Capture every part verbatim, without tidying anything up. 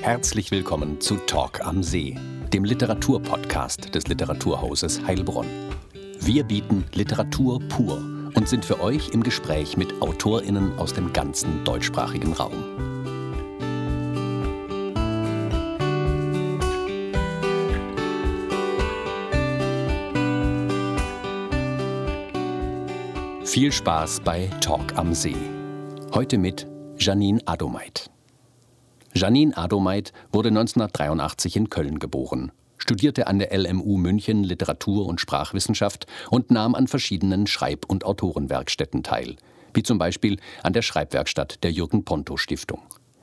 Herzlich willkommen zu Talk am See, dem Literaturpodcast des Literaturhauses Heilbronn. Wir bieten Literatur pur und sind für euch im Gespräch mit AutorInnen aus dem ganzen deutschsprachigen Raum. Viel Spaß bei Talk am See. Heute mit Janine Adomait. Janine Adomait wurde neunzehnhundertdreiundachtzig in Köln geboren, studierte an der L M U München Literatur- und Sprachwissenschaft und nahm an verschiedenen Schreib- und Autorenwerkstätten teil, wie zum Beispiel an der Schreibwerkstatt der Jürgen-Ponto-Stiftung.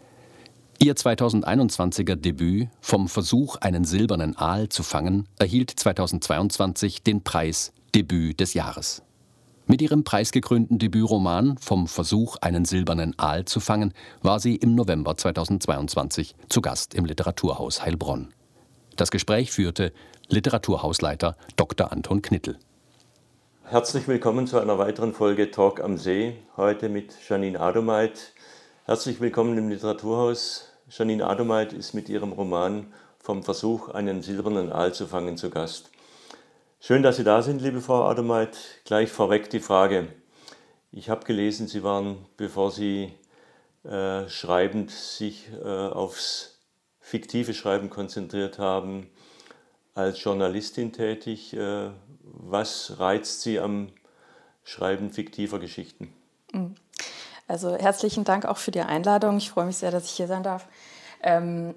Ihr zweitausendeinundzwanziger Debüt Vom Versuch, einen silbernen Aal zu fangen erhielt zweitausendzweiundzwanzig den Preis Debüt des Jahres. Mit ihrem preisgekrönten Debütroman Vom Versuch, einen silbernen Aal zu fangen war sie im November zweitausendzweiundzwanzig zu Gast im Literaturhaus Heilbronn. Das Gespräch führte Literaturhausleiter Doktor Anton Knittel. Herzlich willkommen zu einer weiteren Folge Talk am See, heute mit Janine Adomait. Herzlich willkommen im Literaturhaus. Janine Adomait ist mit ihrem Roman Vom Versuch, einen silbernen Aal zu fangen zu Gast. Schön, dass Sie da sind, liebe Frau Adomait. Gleich vorweg die Frage. Ich habe gelesen, Sie waren, bevor Sie äh, schreibend sich äh, aufs fiktive Schreiben konzentriert haben, als Journalistin tätig. Äh, was reizt Sie am Schreiben fiktiver Geschichten? Also herzlichen Dank auch für die Einladung. Ich freue mich sehr, dass ich hier sein darf. Ähm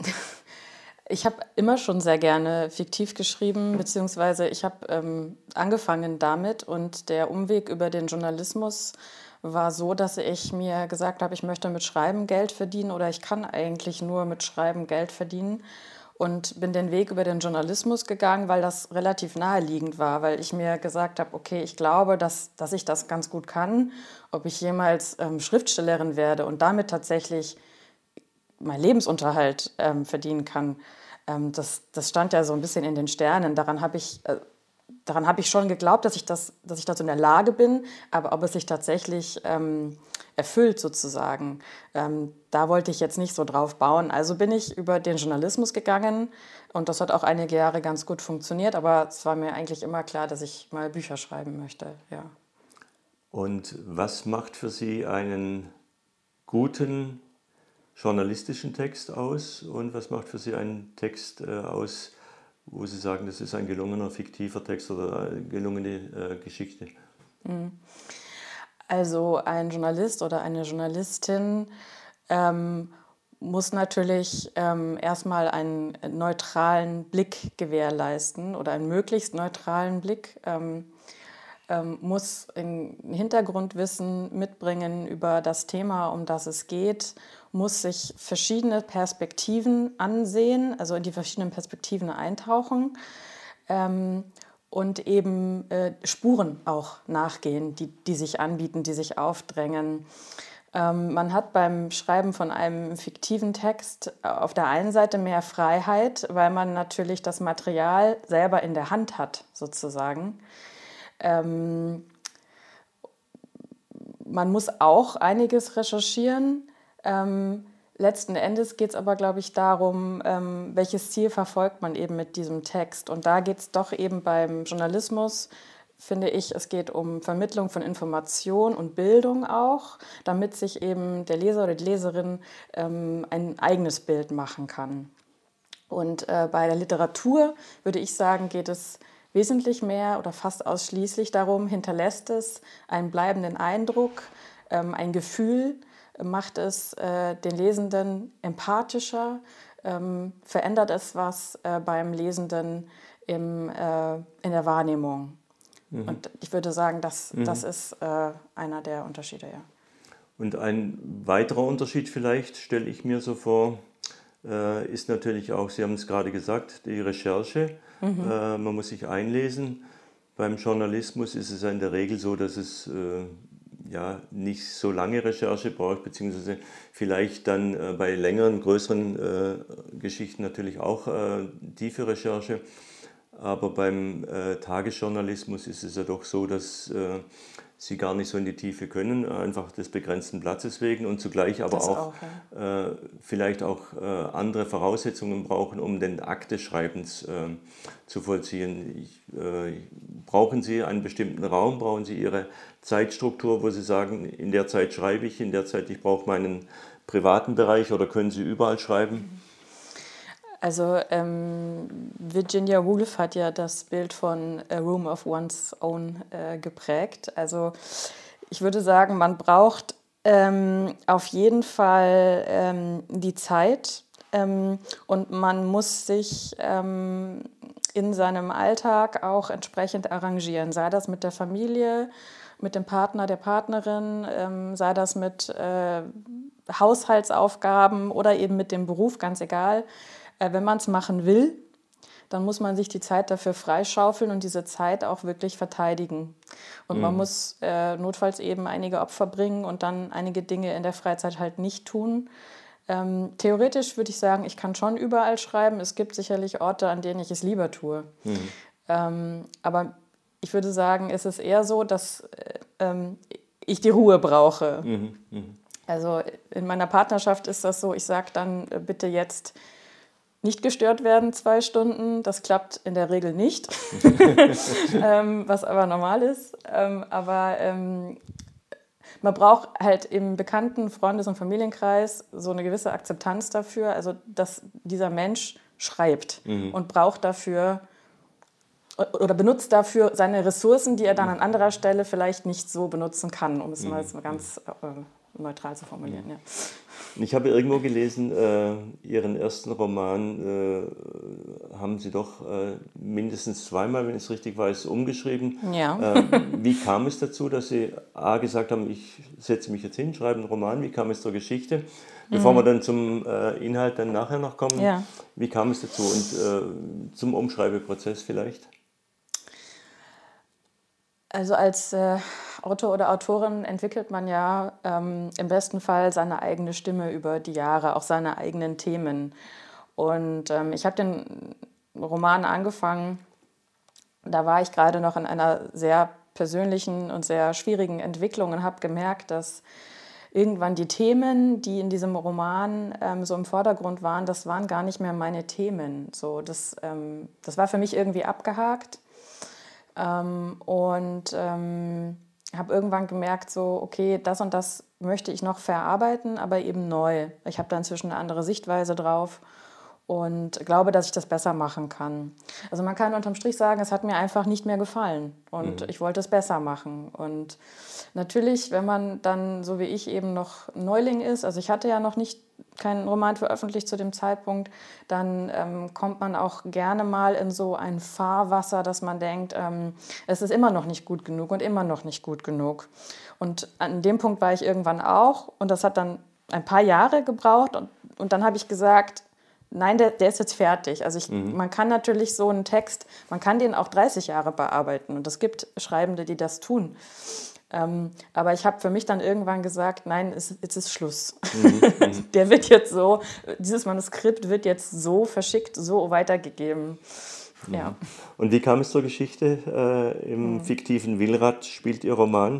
Ich habe immer schon sehr gerne fiktiv geschrieben, beziehungsweise ich habe ähm, angefangen damit und der Umweg über den Journalismus war so, dass ich mir gesagt habe, ich möchte mit Schreiben Geld verdienen oder ich kann eigentlich nur mit Schreiben Geld verdienen und bin den Weg über den Journalismus gegangen, weil das relativ naheliegend war, weil ich mir gesagt habe, okay, ich glaube, dass, dass ich das ganz gut kann, ob ich jemals ähm, Schriftstellerin werde und damit tatsächlich meinen Lebensunterhalt ähm, verdienen kann. Ähm, das, das stand ja so ein bisschen in den Sternen. Daran habe ich, äh, daran habe ich schon geglaubt, dass ich, das, dass ich dazu in der Lage bin, aber ob es sich tatsächlich ähm, erfüllt sozusagen, ähm, da wollte ich jetzt nicht so drauf bauen. Also bin ich über den Journalismus gegangen und das hat auch einige Jahre ganz gut funktioniert, aber es war mir eigentlich immer klar, dass ich mal Bücher schreiben möchte. Ja. Und was macht für Sie einen guten journalistischen Text aus und was macht für Sie einen Text äh, aus, wo Sie sagen, das ist ein gelungener fiktiver Text oder eine gelungene äh, Geschichte? Also ein Journalist oder eine Journalistin ähm, muss natürlich ähm, erstmal einen neutralen Blick gewährleisten oder einen möglichst neutralen Blick. Ähm, ähm, muss ein Hintergrundwissen mitbringen über das Thema, um das es geht, muss sich verschiedene Perspektiven ansehen, also in die verschiedenen Perspektiven eintauchen ähm, und eben äh, Spuren auch nachgehen, die, die sich anbieten, die sich aufdrängen. Ähm, man hat beim Schreiben von einem fiktiven Text auf der einen Seite mehr Freiheit, weil man natürlich das Material selber in der Hand hat, sozusagen. Ähm, man muss auch einiges recherchieren. Ähm, letzten Endes geht es aber, glaube ich, darum, ähm, welches Ziel verfolgt man eben mit diesem Text. Und da geht es doch eben beim Journalismus, finde ich, es geht um Vermittlung von Information und Bildung auch, damit sich eben der Leser oder die Leserin ähm, ein eigenes Bild machen kann. Und äh, bei der Literatur, würde ich sagen, geht es wesentlich mehr oder fast ausschließlich darum, hinterlässt es einen bleibenden Eindruck, ähm, ein Gefühl, macht es äh, den Lesenden empathischer, ähm, verändert es was äh, beim Lesenden im, äh, in der Wahrnehmung. Mhm. Und ich würde sagen, das, mhm. das ist äh, einer der Unterschiede. Ja. Und ein weiterer Unterschied vielleicht, stelle ich mir so vor, äh, ist natürlich auch, Sie haben es gerade gesagt, die Recherche. Mhm. Äh, man muss sich einlesen. Beim Journalismus ist es in der Regel so, dass es äh, ja, nicht so lange Recherche braucht, beziehungsweise vielleicht dann äh, bei längeren, größeren äh, Geschichten natürlich auch äh, tiefe Recherche. Aber beim äh, Tagesjournalismus ist es ja doch so, dass äh, Sie gar nicht so in die Tiefe können, einfach des begrenzten Platzes wegen und zugleich aber Das auch, auch, ja. äh, vielleicht auch äh, andere Voraussetzungen brauchen, um den Akt des Schreibens äh, zu vollziehen. Ich, äh, brauchen Sie einen bestimmten Raum, brauchen Sie Ihre Zeitstruktur, wo Sie sagen, in der Zeit schreibe ich, in der Zeit ich brauche meinen privaten Bereich, oder können Sie überall schreiben? Also ähm, Virginia Woolf hat ja das Bild von A Room of One's Own äh, geprägt. Also ich würde sagen, man braucht ähm, auf jeden Fall ähm, die Zeit, ähm, und man muss sich ähm, in seinem Alltag auch entsprechend arrangieren, sei das mit der Familie, mit dem Partner, der Partnerin, ähm, sei das mit äh, Haushaltsaufgaben oder eben mit dem Beruf, ganz egal. Wenn man es machen will, dann muss man sich die Zeit dafür freischaufeln und diese Zeit auch wirklich verteidigen. Und man muss äh, notfalls eben einige Opfer bringen und dann einige Dinge in der Freizeit halt nicht tun. Ähm, theoretisch würde ich sagen, ich kann schon überall schreiben. Es gibt sicherlich Orte, an denen ich es lieber tue. Mhm. Ähm, aber ich würde sagen, es ist eher so, dass äh, ähm, ich die Ruhe brauche. Mhm. Mhm. Also in meiner Partnerschaft ist das so, ich sage dann äh, bitte jetzt nicht gestört werden, zwei Stunden. Das klappt in der Regel nicht, ähm, was aber normal ist. Ähm, aber ähm, man braucht halt im bekannten Freundes- und Familienkreis so eine gewisse Akzeptanz dafür, also dass dieser Mensch schreibt mhm. und braucht dafür oder benutzt dafür seine Ressourcen, die er dann an anderer Stelle vielleicht nicht so benutzen kann, um es mal jetzt mal ganz äh, neutral zu formulieren. Ja. Ich habe irgendwo gelesen, äh, Ihren ersten Roman äh, haben Sie doch äh, mindestens zweimal, wenn ich es richtig weiß, umgeschrieben. Ja. Äh, wie kam es dazu, dass Sie A gesagt haben, ich setze mich jetzt hin, schreibe einen Roman? Wie kam es zur Geschichte? Bevor mhm. wir dann zum äh, Inhalt dann nachher noch kommen, ja. wie kam es dazu und äh, zum Umschreibeprozess vielleicht? Also als äh, Autor oder Autorin entwickelt man ja ähm, im besten Fall seine eigene Stimme über die Jahre, auch seine eigenen Themen. Und ähm, ich habe den Roman angefangen, da war ich gerade noch in einer sehr persönlichen und sehr schwierigen Entwicklung und habe gemerkt, dass irgendwann die Themen, die in diesem Roman ähm, so im Vordergrund waren, das waren gar nicht mehr meine Themen. So, das, ähm, das war für mich irgendwie abgehakt. Ähm, und ähm, habe irgendwann gemerkt, so, okay, das und das möchte ich noch verarbeiten, aber eben neu. Ich habe da inzwischen eine andere Sichtweise drauf und glaube, dass ich das besser machen kann. Also man kann unterm Strich sagen, es hat mir einfach nicht mehr gefallen und mhm. ich wollte es besser machen. Und natürlich, wenn man dann, so wie ich, eben noch Neuling ist, also ich hatte ja noch nicht keinen Roman veröffentlicht zu dem Zeitpunkt, dann ähm, kommt man auch gerne mal in so ein Fahrwasser, dass man denkt, ähm, es ist immer noch nicht gut genug und immer noch nicht gut genug. Und an dem Punkt war ich irgendwann auch und das hat dann ein paar Jahre gebraucht und, und dann habe ich gesagt, nein, der, der ist jetzt fertig. Also ich, mhm. man kann natürlich so einen Text, man kann den auch dreißig Jahre bearbeiten und es gibt Schreibende, die das tun. Ähm, aber ich habe für mich dann irgendwann gesagt, nein, es, jetzt ist Schluss. Mhm. Der wird jetzt so, dieses Manuskript wird jetzt so verschickt, so weitergegeben. Mhm. Ja. Und wie kam es zur Geschichte? Äh, Im mhm. fiktiven Willrad spielt Ihr Roman?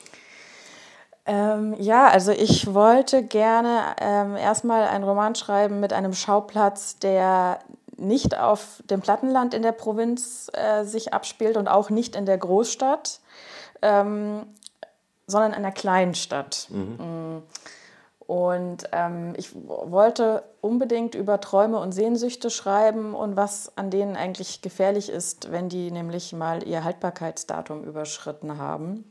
Ähm, ja, also ich wollte gerne ähm, erstmal einen Roman schreiben mit einem Schauplatz, der nicht auf dem Plattenland in der Provinz äh, sich abspielt und auch nicht in der Großstadt, ähm, sondern in einer kleinen Stadt. Mhm. Und ähm, ich wollte unbedingt über Träume und Sehnsüchte schreiben und was an denen eigentlich gefährlich ist, wenn die nämlich mal ihr Haltbarkeitsdatum überschritten haben.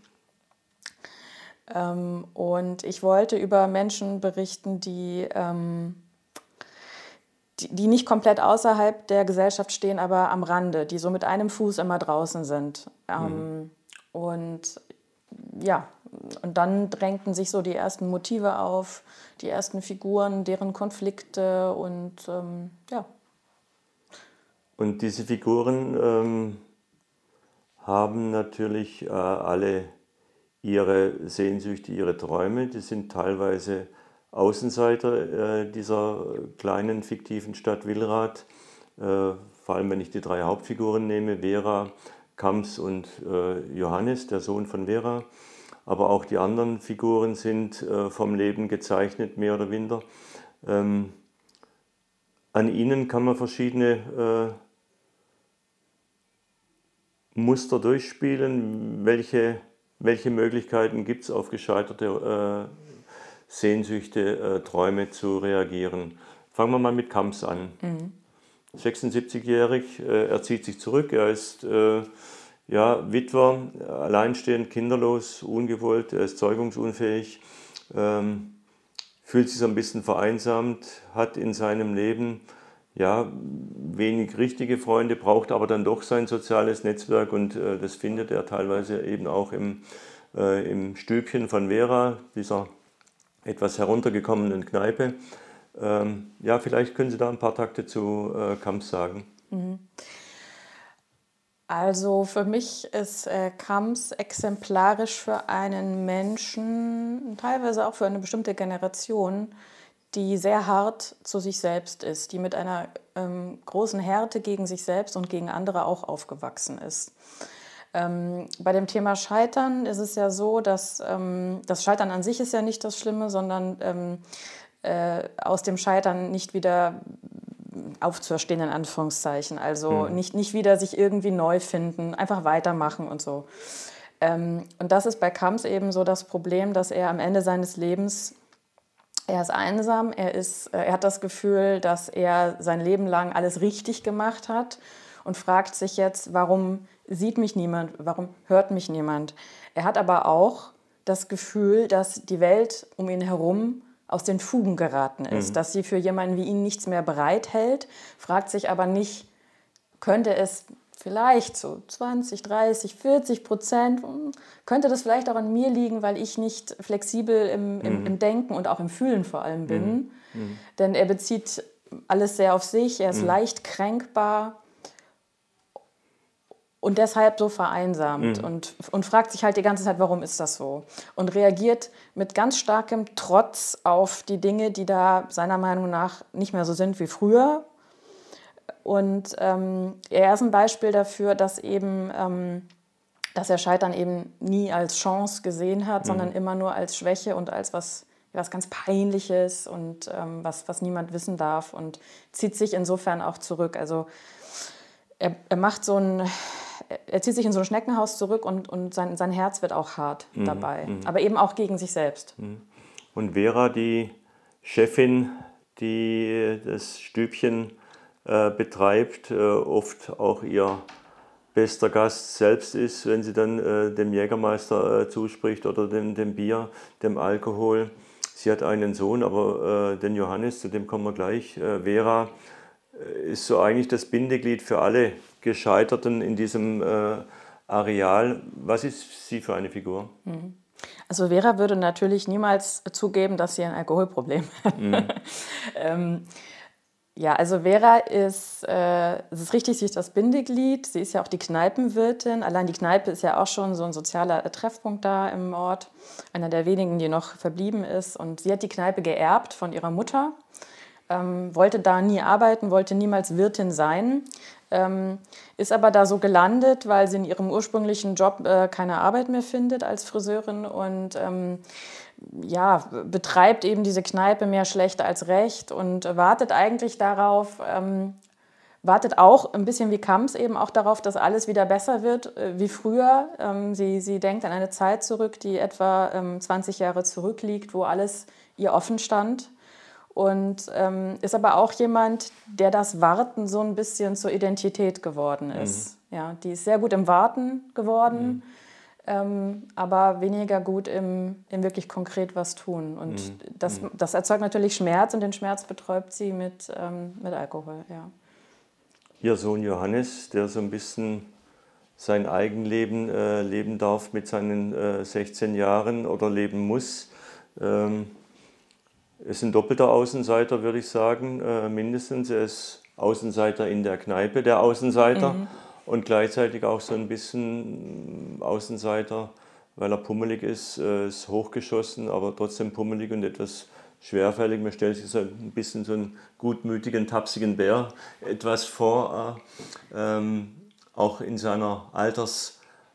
Ähm, und ich wollte über Menschen berichten, die, ähm, die, die nicht komplett außerhalb der Gesellschaft stehen, aber am Rande, die so mit einem Fuß immer draußen sind. Ähm, mhm. Und ja, und dann drängten sich so die ersten Motive auf, die ersten Figuren, deren Konflikte und ähm, ja. Und diese Figuren ähm, haben natürlich äh, alle ihre Sehnsüchte, ihre Träume. Die sind teilweise Außenseiter äh, dieser kleinen fiktiven Stadt Willrad. Äh, vor allem, wenn ich die drei Hauptfiguren nehme, Vera, Kams und äh, Johannes, der Sohn von Vera. aber auch die anderen Figuren sind äh, vom Leben gezeichnet, mehr oder minder. Ähm, an ihnen kann man verschiedene äh, Muster durchspielen. Welche, welche Möglichkeiten gibt es, auf gescheiterte äh, Sehnsüchte, äh, Träume zu reagieren? Fangen wir mal mit Kamps an. Mhm. sechsundsiebzigjährig, äh, er zieht sich zurück, er ist äh, ja, Witwer, alleinstehend, kinderlos, ungewollt, er ist zeugungsunfähig, ähm, fühlt sich so ein bisschen vereinsamt, hat in seinem Leben ja, wenig richtige Freunde, braucht aber dann doch sein soziales Netzwerk und äh, das findet er teilweise eben auch im, äh, im Stübchen von Vera, dieser etwas heruntergekommenen Kneipe. Ähm, ja, vielleicht können Sie da ein paar Takte zu äh, Kamps sagen. Mhm. Also für mich ist äh, Kamps exemplarisch für einen Menschen, teilweise auch für eine bestimmte Generation, die sehr hart zu sich selbst ist, die mit einer ähm, großen Härte gegen sich selbst und gegen andere auch aufgewachsen ist. Ähm, bei dem Thema Scheitern ist es ja so, dass ähm, das Scheitern an sich ist ja nicht das Schlimme, sondern ähm, äh, aus dem Scheitern nicht wieder aufzuerstehen, in Anführungszeichen. Also mhm. nicht, nicht wieder sich irgendwie neu finden, einfach weitermachen und so. Ähm, und das ist bei Kamps eben so das Problem, dass er am Ende seines Lebens, er ist einsam, er, ist, er hat das Gefühl, dass er sein Leben lang alles richtig gemacht hat und fragt sich jetzt, warum sieht mich niemand, warum hört mich niemand. Er hat aber auch das Gefühl, dass die Welt um ihn herum aus den Fugen geraten ist, mhm. dass sie für jemanden wie ihn nichts mehr bereithält, fragt sich aber nicht, könnte es vielleicht so zwanzig, dreißig, vierzig Prozent, könnte das vielleicht auch an mir liegen, weil ich nicht flexibel im, im, mhm. im Denken und auch im Fühlen vor allem bin. Mhm. Denn er bezieht alles sehr auf sich, er ist mhm. leicht kränkbar und deshalb so vereinsamt mhm. und, und fragt sich halt die ganze Zeit, warum ist das so? Und reagiert mit ganz starkem Trotz auf die Dinge, die da seiner Meinung nach nicht mehr so sind wie früher. Und ähm, er ist ein Beispiel dafür, dass, eben, ähm, dass er Scheitern eben nie als Chance gesehen hat, mhm. sondern immer nur als Schwäche und als was, was ganz Peinliches und ähm, was, was niemand wissen darf und zieht sich insofern auch zurück. Also er, er macht so ein... Er zieht sich in so ein Schneckenhaus zurück und, und sein, sein Herz wird auch hart mhm, dabei, mhm. aber eben auch gegen sich selbst. Und Vera, die Chefin, die das Stübchen äh, betreibt, äh, oft auch ihr bester Gast selbst ist, wenn sie dann äh, dem Jägermeister äh, zuspricht oder dem, dem Bier, dem Alkohol. Sie hat einen Sohn, aber äh, den Johannes, zu dem kommen wir gleich. Äh, Vera ist so eigentlich das Bindeglied für alle Gescheiterten in diesem äh, Areal. Was ist sie für eine Figur? Also Vera würde natürlich niemals zugeben, dass sie ein Alkoholproblem hat. Mhm. ähm, ja, also Vera ist, äh, es ist richtig, sie ist das Bindeglied. Sie ist ja auch die Kneipenwirtin. Allein die Kneipe ist ja auch schon so ein sozialer Treffpunkt da im Ort. Einer der wenigen, die noch verblieben ist. Und sie hat die Kneipe geerbt von ihrer Mutter. Ähm, wollte da nie arbeiten, wollte niemals Wirtin sein, ähm, ist aber da so gelandet, weil sie in ihrem ursprünglichen Job äh, keine Arbeit mehr findet als Friseurin und ähm, ja, betreibt eben diese Kneipe mehr schlecht als recht und wartet eigentlich darauf, ähm, wartet auch ein bisschen wie Kamps eben auch darauf, dass alles wieder besser wird äh, wie früher. Ähm, sie, sie denkt an eine Zeit zurück, die etwa ähm, zwanzig Jahre zurückliegt, wo alles ihr offen stand. Und ähm, ist aber auch jemand, der das Warten so ein bisschen zur Identität geworden ist. Mhm. Ja, die ist sehr gut im Warten geworden, mhm. ähm, aber weniger gut im, im wirklich konkret was tun. Und mhm. das, das erzeugt natürlich Schmerz und den Schmerz betäubt sie mit, ähm, mit Alkohol. Ja. Ihr Sohn Johannes, der so ein bisschen sein Eigenleben äh, leben darf mit seinen äh, sechzehn Jahren oder leben muss, ähm, ist ein doppelter Außenseiter, würde ich sagen, äh, mindestens. Er ist Außenseiter in der Kneipe, der Außenseiter, mhm. und gleichzeitig auch so ein bisschen Außenseiter, weil er pummelig ist, äh, ist hochgeschossen, aber trotzdem pummelig und etwas schwerfällig. Man stellt sich so ein bisschen so einen gutmütigen, tapsigen Bär etwas vor, äh, ähm, auch in seiner Alters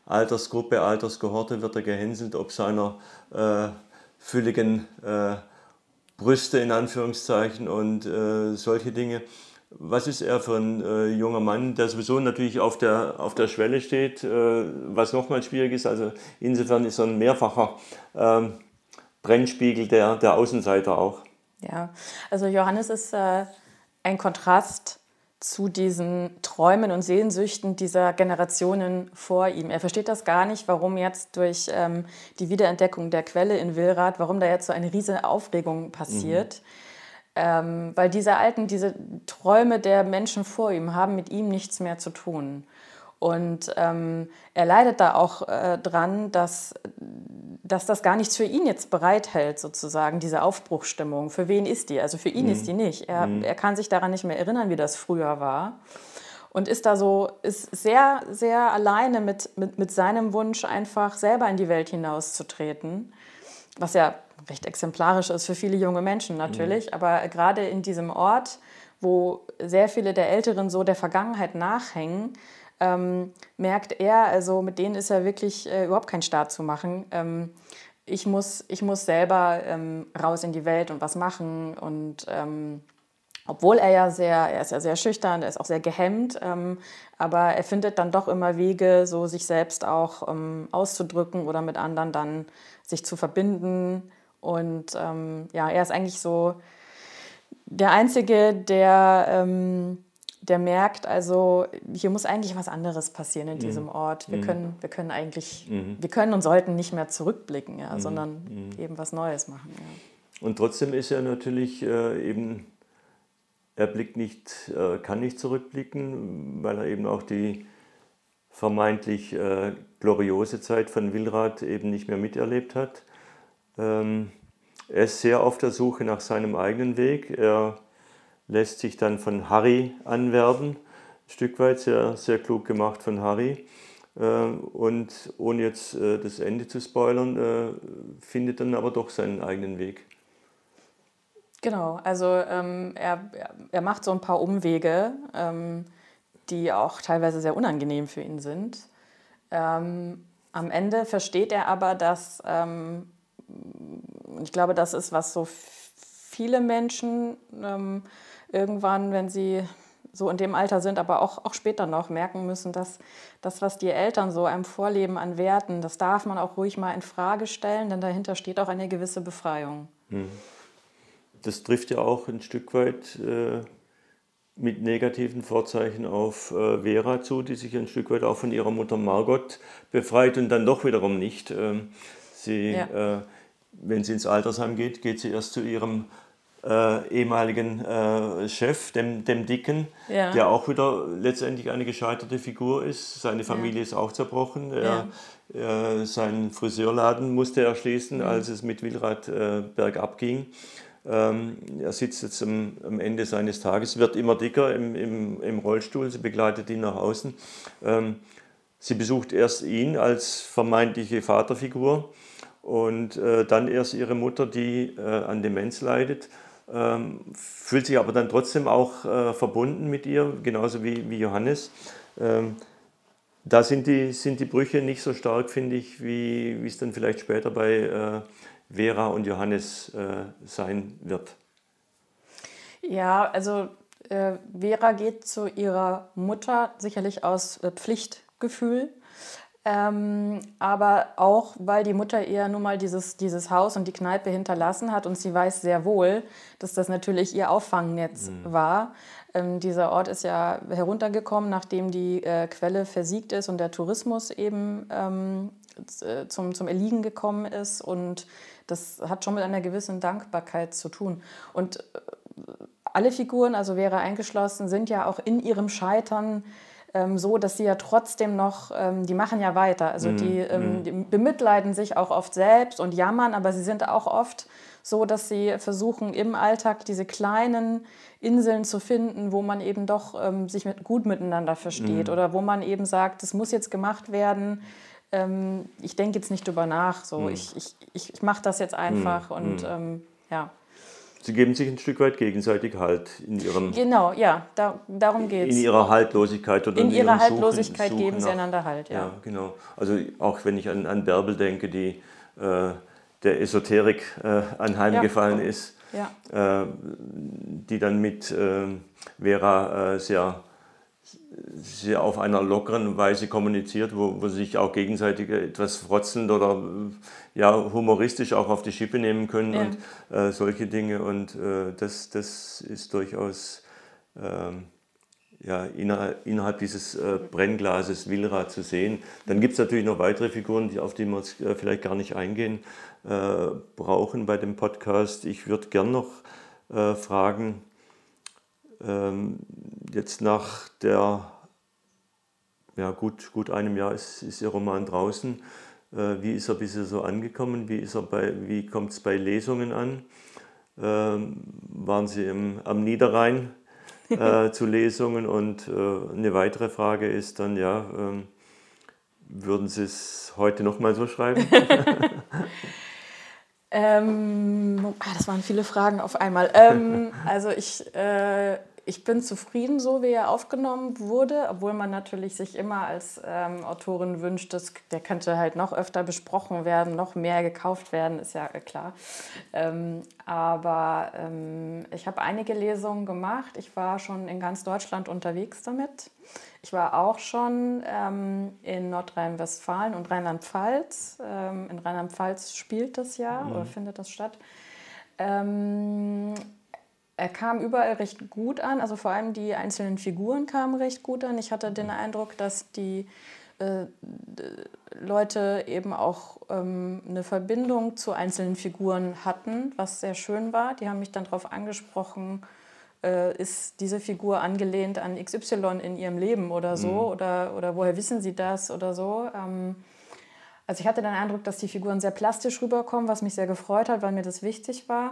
Altersgruppe, Alterskohorte wird er gehänselt, ob seiner äh, fülligen äh, Brüste in Anführungszeichen und äh, solche Dinge. Was ist er für ein äh, junger Mann, der sowieso natürlich auf der, auf der Schwelle steht, äh, was nochmal schwierig ist. Also insofern ist er ein mehrfacher äh, Brennspiegel der, der Außenseiter auch. Ja, also Johannes ist äh, ein Kontrast zu diesen Träumen und Sehnsüchten dieser Generationen vor ihm. Er versteht das gar nicht, warum jetzt durch ähm, die Wiederentdeckung der Quelle in Wilrath, warum da jetzt so eine riesige Aufregung passiert. Mhm. Ähm, weil diese alten, diese Träume der Menschen vor ihm haben mit ihm nichts mehr zu tun. Und ähm, er leidet da auch äh, dran, dass, dass das gar nichts für ihn jetzt bereithält, sozusagen, diese Aufbruchsstimmung. Für wen ist die? Also für ihn mhm. ist die nicht. Er, mhm. er kann sich daran nicht mehr erinnern, wie das früher war. Und ist da so, ist sehr, sehr alleine mit, mit, mit seinem Wunsch, einfach selber in die Welt hinauszutreten. Was ja recht exemplarisch ist für viele junge Menschen natürlich. Mhm. Aber gerade in diesem Ort, wo sehr viele der Älteren so der Vergangenheit nachhängen, Ähm, merkt er, also mit denen ist ja wirklich äh, überhaupt kein Start zu machen. Ähm, ich, muss, ich muss selber ähm, raus in die Welt und was machen. Und ähm, obwohl er ja sehr, er ist ja sehr schüchtern, er ist auch sehr gehemmt, ähm, aber er findet dann doch immer Wege, so sich selbst auch ähm, auszudrücken oder mit anderen dann sich zu verbinden. Und ähm, ja, er ist eigentlich so der Einzige, der ähm, der merkt, also hier muss eigentlich was anderes passieren in diesem Ort. Wir können, wir können eigentlich, mhm. wir können und sollten nicht mehr zurückblicken, ja, mhm. sondern mhm. eben was Neues machen. Ja. Und trotzdem ist er natürlich äh, eben, er blickt nicht, äh, kann nicht zurückblicken, weil er eben auch die vermeintlich äh, gloriose Zeit von Wilrath eben nicht mehr miterlebt hat. Ähm, er ist sehr auf der Suche nach seinem eigenen Weg. Er lässt sich dann von Harry anwerben, ein Stück weit sehr, sehr klug gemacht von Harry. Und ohne jetzt das Ende zu spoilern, findet dann aber doch seinen eigenen Weg. Genau, also ähm, er, er macht so ein paar Umwege, ähm, die auch teilweise sehr unangenehm für ihn sind. Ähm, am Ende versteht er aber, dass, ähm, ich glaube, das ist, was so viele Menschen ähm, irgendwann, wenn sie so in dem Alter sind, aber auch, auch später noch merken müssen, dass das, was die Eltern so einem vorleben an Werten, das darf man auch ruhig mal in Frage stellen, denn dahinter steht auch eine gewisse Befreiung. Das trifft ja auch ein Stück weit äh, mit negativen Vorzeichen auf äh, Vera zu, die sich ein Stück weit auch von ihrer Mutter Margot befreit und dann doch wiederum nicht. Ähm, sie, ja. äh, wenn sie ins Altersheim geht, geht sie erst zu ihrem Äh, ehemaligen äh, Chef, dem, dem Dicken, ja. der auch wieder letztendlich eine gescheiterte Figur ist. Seine Familie ja. ist auch zerbrochen. Er, ja. äh, seinen Friseurladen musste er schließen, mhm. als es mit Wilrath äh, bergab ging. Ähm, er sitzt jetzt am, am Ende seines Tages, wird immer dicker im, im, im Rollstuhl, sie begleitet ihn nach außen. Ähm, sie besucht erst ihn als vermeintliche Vaterfigur und äh, dann erst ihre Mutter, die äh, an Demenz leidet. Ähm, fühlt sich aber dann trotzdem auch äh, verbunden mit ihr, genauso wie, wie Johannes. Ähm, da sind die, sind die Brüche nicht so stark, finde ich, wie, wie es dann vielleicht später bei äh, Vera und Johannes äh, sein wird. Ja, also äh, Vera geht zu ihrer Mutter sicherlich aus äh, Pflichtgefühl. Ähm, aber auch, weil die Mutter ihr nun mal dieses, dieses Haus und die Kneipe hinterlassen hat und sie weiß sehr wohl, dass das natürlich ihr Auffangnetz mhm. war. Ähm, dieser Ort ist ja heruntergekommen, nachdem die äh, Quelle versiegt ist und der Tourismus eben ähm, zum, zum Erliegen gekommen ist, und das hat schon mit einer gewissen Dankbarkeit zu tun. Und äh, alle Figuren, also Vera eingeschlossen, sind ja auch in ihrem Scheitern so, dass sie ja trotzdem noch, ähm, die machen ja weiter, also die, ähm, die bemitleiden sich auch oft selbst und jammern, aber sie sind auch oft so, dass sie versuchen, im Alltag diese kleinen Inseln zu finden, wo man eben doch ähm, sich mit, gut miteinander versteht mhm. oder wo man eben sagt, das muss jetzt gemacht werden, ähm, ich denke jetzt nicht drüber nach, so. mhm. ich, ich, ich mache das jetzt einfach mhm. und ähm, ja. Sie geben sich ein Stück weit gegenseitig Halt in Ihrem... Genau, ja, da, darum geht es. In Ihrer Haltlosigkeit oder in, in ihrer Suchen, Haltlosigkeit Suchen geben nach, sie einander Halt, ja. Ja, genau. Also auch wenn ich an, an Bärbel denke, die äh, der Esoterik äh, anheimgefallen ja. ist, ja. äh, die dann mit äh, Vera äh, sehr, sehr auf einer lockeren Weise kommuniziert, wo, wo sie sich auch gegenseitig etwas frotzelnd oder ja, humoristisch auch auf die Schippe nehmen können ja. und äh, solche Dinge. Und äh, das, das ist durchaus äh, ja, innerhalb, innerhalb dieses äh, Brennglases Wilra zu sehen. Dann gibt es natürlich noch weitere Figuren, die, auf die wir jetzt äh, vielleicht gar nicht eingehen äh, brauchen bei dem Podcast. Ich würde gern noch äh, fragen, ähm, jetzt nach der, ja gut, gut einem Jahr ist, ist Ihr Roman draußen. Äh, wie ist er bisher so angekommen? Wie, ist er bei, wie kommt es bei Lesungen an? Ähm, waren Sie im, am Niederrhein äh, zu Lesungen? Und äh, eine weitere Frage ist dann, ja, ähm, würden Sie es heute nochmal so schreiben? ähm, ah, das waren viele Fragen auf einmal. Ähm, also ich, äh, ich bin zufrieden, so wie er aufgenommen wurde, obwohl man natürlich sich immer als ähm, Autorin wünscht, dass der könnte halt noch öfter besprochen werden, noch mehr gekauft werden, ist ja klar. Ähm, aber ähm, ich habe einige Lesungen gemacht. Ich war schon in ganz Deutschland unterwegs damit. Ich war auch schon ähm, in Nordrhein-Westfalen und Rheinland-Pfalz. Ähm, in Rheinland-Pfalz spielt das ja mhm. oder findet das statt. Ähm, Er kam überall recht gut an, also vor allem die einzelnen Figuren kamen recht gut an. Ich hatte den Eindruck, dass die äh, Leute eben auch ähm, eine Verbindung zu einzelnen Figuren hatten, was sehr schön war. Die haben mich dann darauf angesprochen, äh, ist diese Figur angelehnt an X Y in ihrem Leben oder so? Mhm. Oder, oder woher wissen sie das oder so? Ähm, also ich hatte den Eindruck, dass die Figuren sehr plastisch rüberkommen, was mich sehr gefreut hat, weil mir das wichtig war.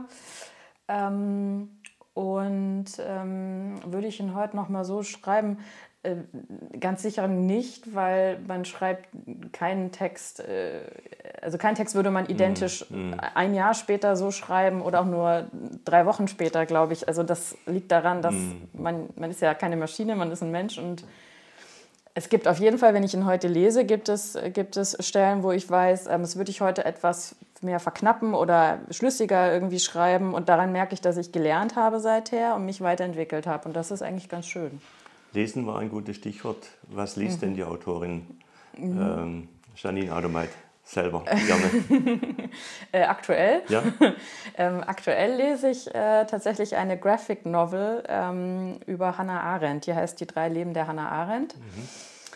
Ähm, Und ähm, würde ich ihn heute noch mal so schreiben? Äh, ganz sicher nicht, weil man schreibt keinen Text, äh, also keinen Text würde man identisch mm, mm. ein Jahr später so schreiben oder auch nur drei Wochen später, glaube ich. Also das liegt daran, dass mm. man, man ist ja keine Maschine, man ist ein Mensch und es gibt auf jeden Fall, wenn ich ihn heute lese, gibt es, gibt es Stellen, wo ich weiß, ähm, das würde ich heute etwas mehr verknappen oder schlüssiger irgendwie schreiben. Und daran merke ich, dass ich gelernt habe seither und mich weiterentwickelt habe. Und das ist eigentlich ganz schön. Lesen war ein gutes Stichwort. Was liest mhm. denn die Autorin mhm. ähm, Janine Adomait selber gerne? äh, aktuell? Ja. ähm, aktuell lese ich äh, tatsächlich eine Graphic Novel ähm, über Hannah Arendt. Die heißt Die drei Leben der Hannah Arendt. Mhm.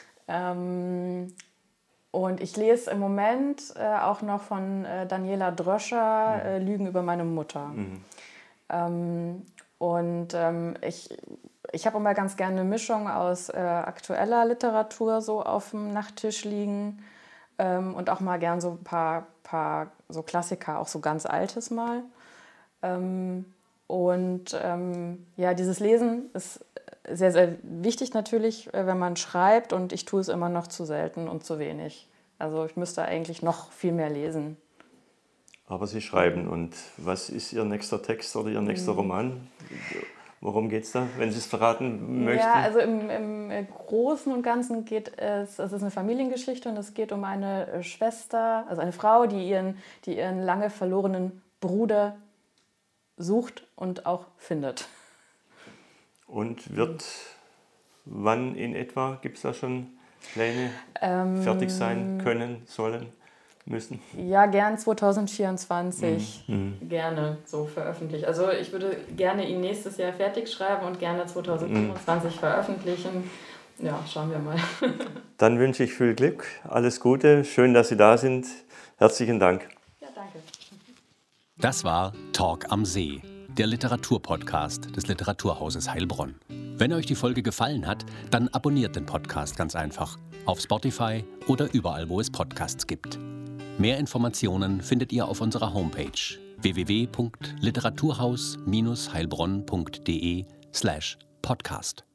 Ähm, und ich lese im Moment äh, auch noch von äh, Daniela Dröscher mhm. äh, Lügen über meine Mutter. Mhm. Ähm, und ähm, ich, ich habe immer ganz gerne eine Mischung aus äh, aktueller Literatur so auf dem Nachttisch liegen ähm, und auch mal gern so ein paar, paar so Klassiker, auch so ganz Altes mal. Ähm, und ähm, ja, dieses Lesen ist sehr, sehr wichtig natürlich, wenn man schreibt, und ich tue es immer noch zu selten und zu wenig. Also ich müsste eigentlich noch viel mehr lesen. Aber Sie schreiben, und was ist Ihr nächster Text oder Ihr nächster Roman? Worum geht es da, wenn Sie es verraten möchten? Ja, also im, im Großen und Ganzen geht es, es ist eine Familiengeschichte und es geht um eine Schwester, also eine Frau, die ihren, die ihren lange verlorenen Bruder sucht und auch findet. Und wird, wann in etwa, gibt es da schon Pläne, ähm, fertig sein können, sollen, müssen? Ja, gern zwanzig vierundzwanzig, mhm. gerne so veröffentlicht. Also ich würde gerne ihn nächstes Jahr fertig schreiben und gerne zwanzig fünfundzwanzig mhm. veröffentlichen. Ja, schauen wir mal. Dann wünsche ich viel Glück, alles Gute, schön, dass Sie da sind. Herzlichen Dank. Ja, danke. Das war Talk am See, der Literaturpodcast des Literaturhauses Heilbronn. Wenn euch die Folge gefallen hat, dann abonniert den Podcast ganz einfach auf Spotify oder überall, wo es Podcasts gibt. Mehr Informationen findet ihr auf unserer Homepage w w w punkt literaturhaus Bindestrich heilbronn punkt de slash podcast.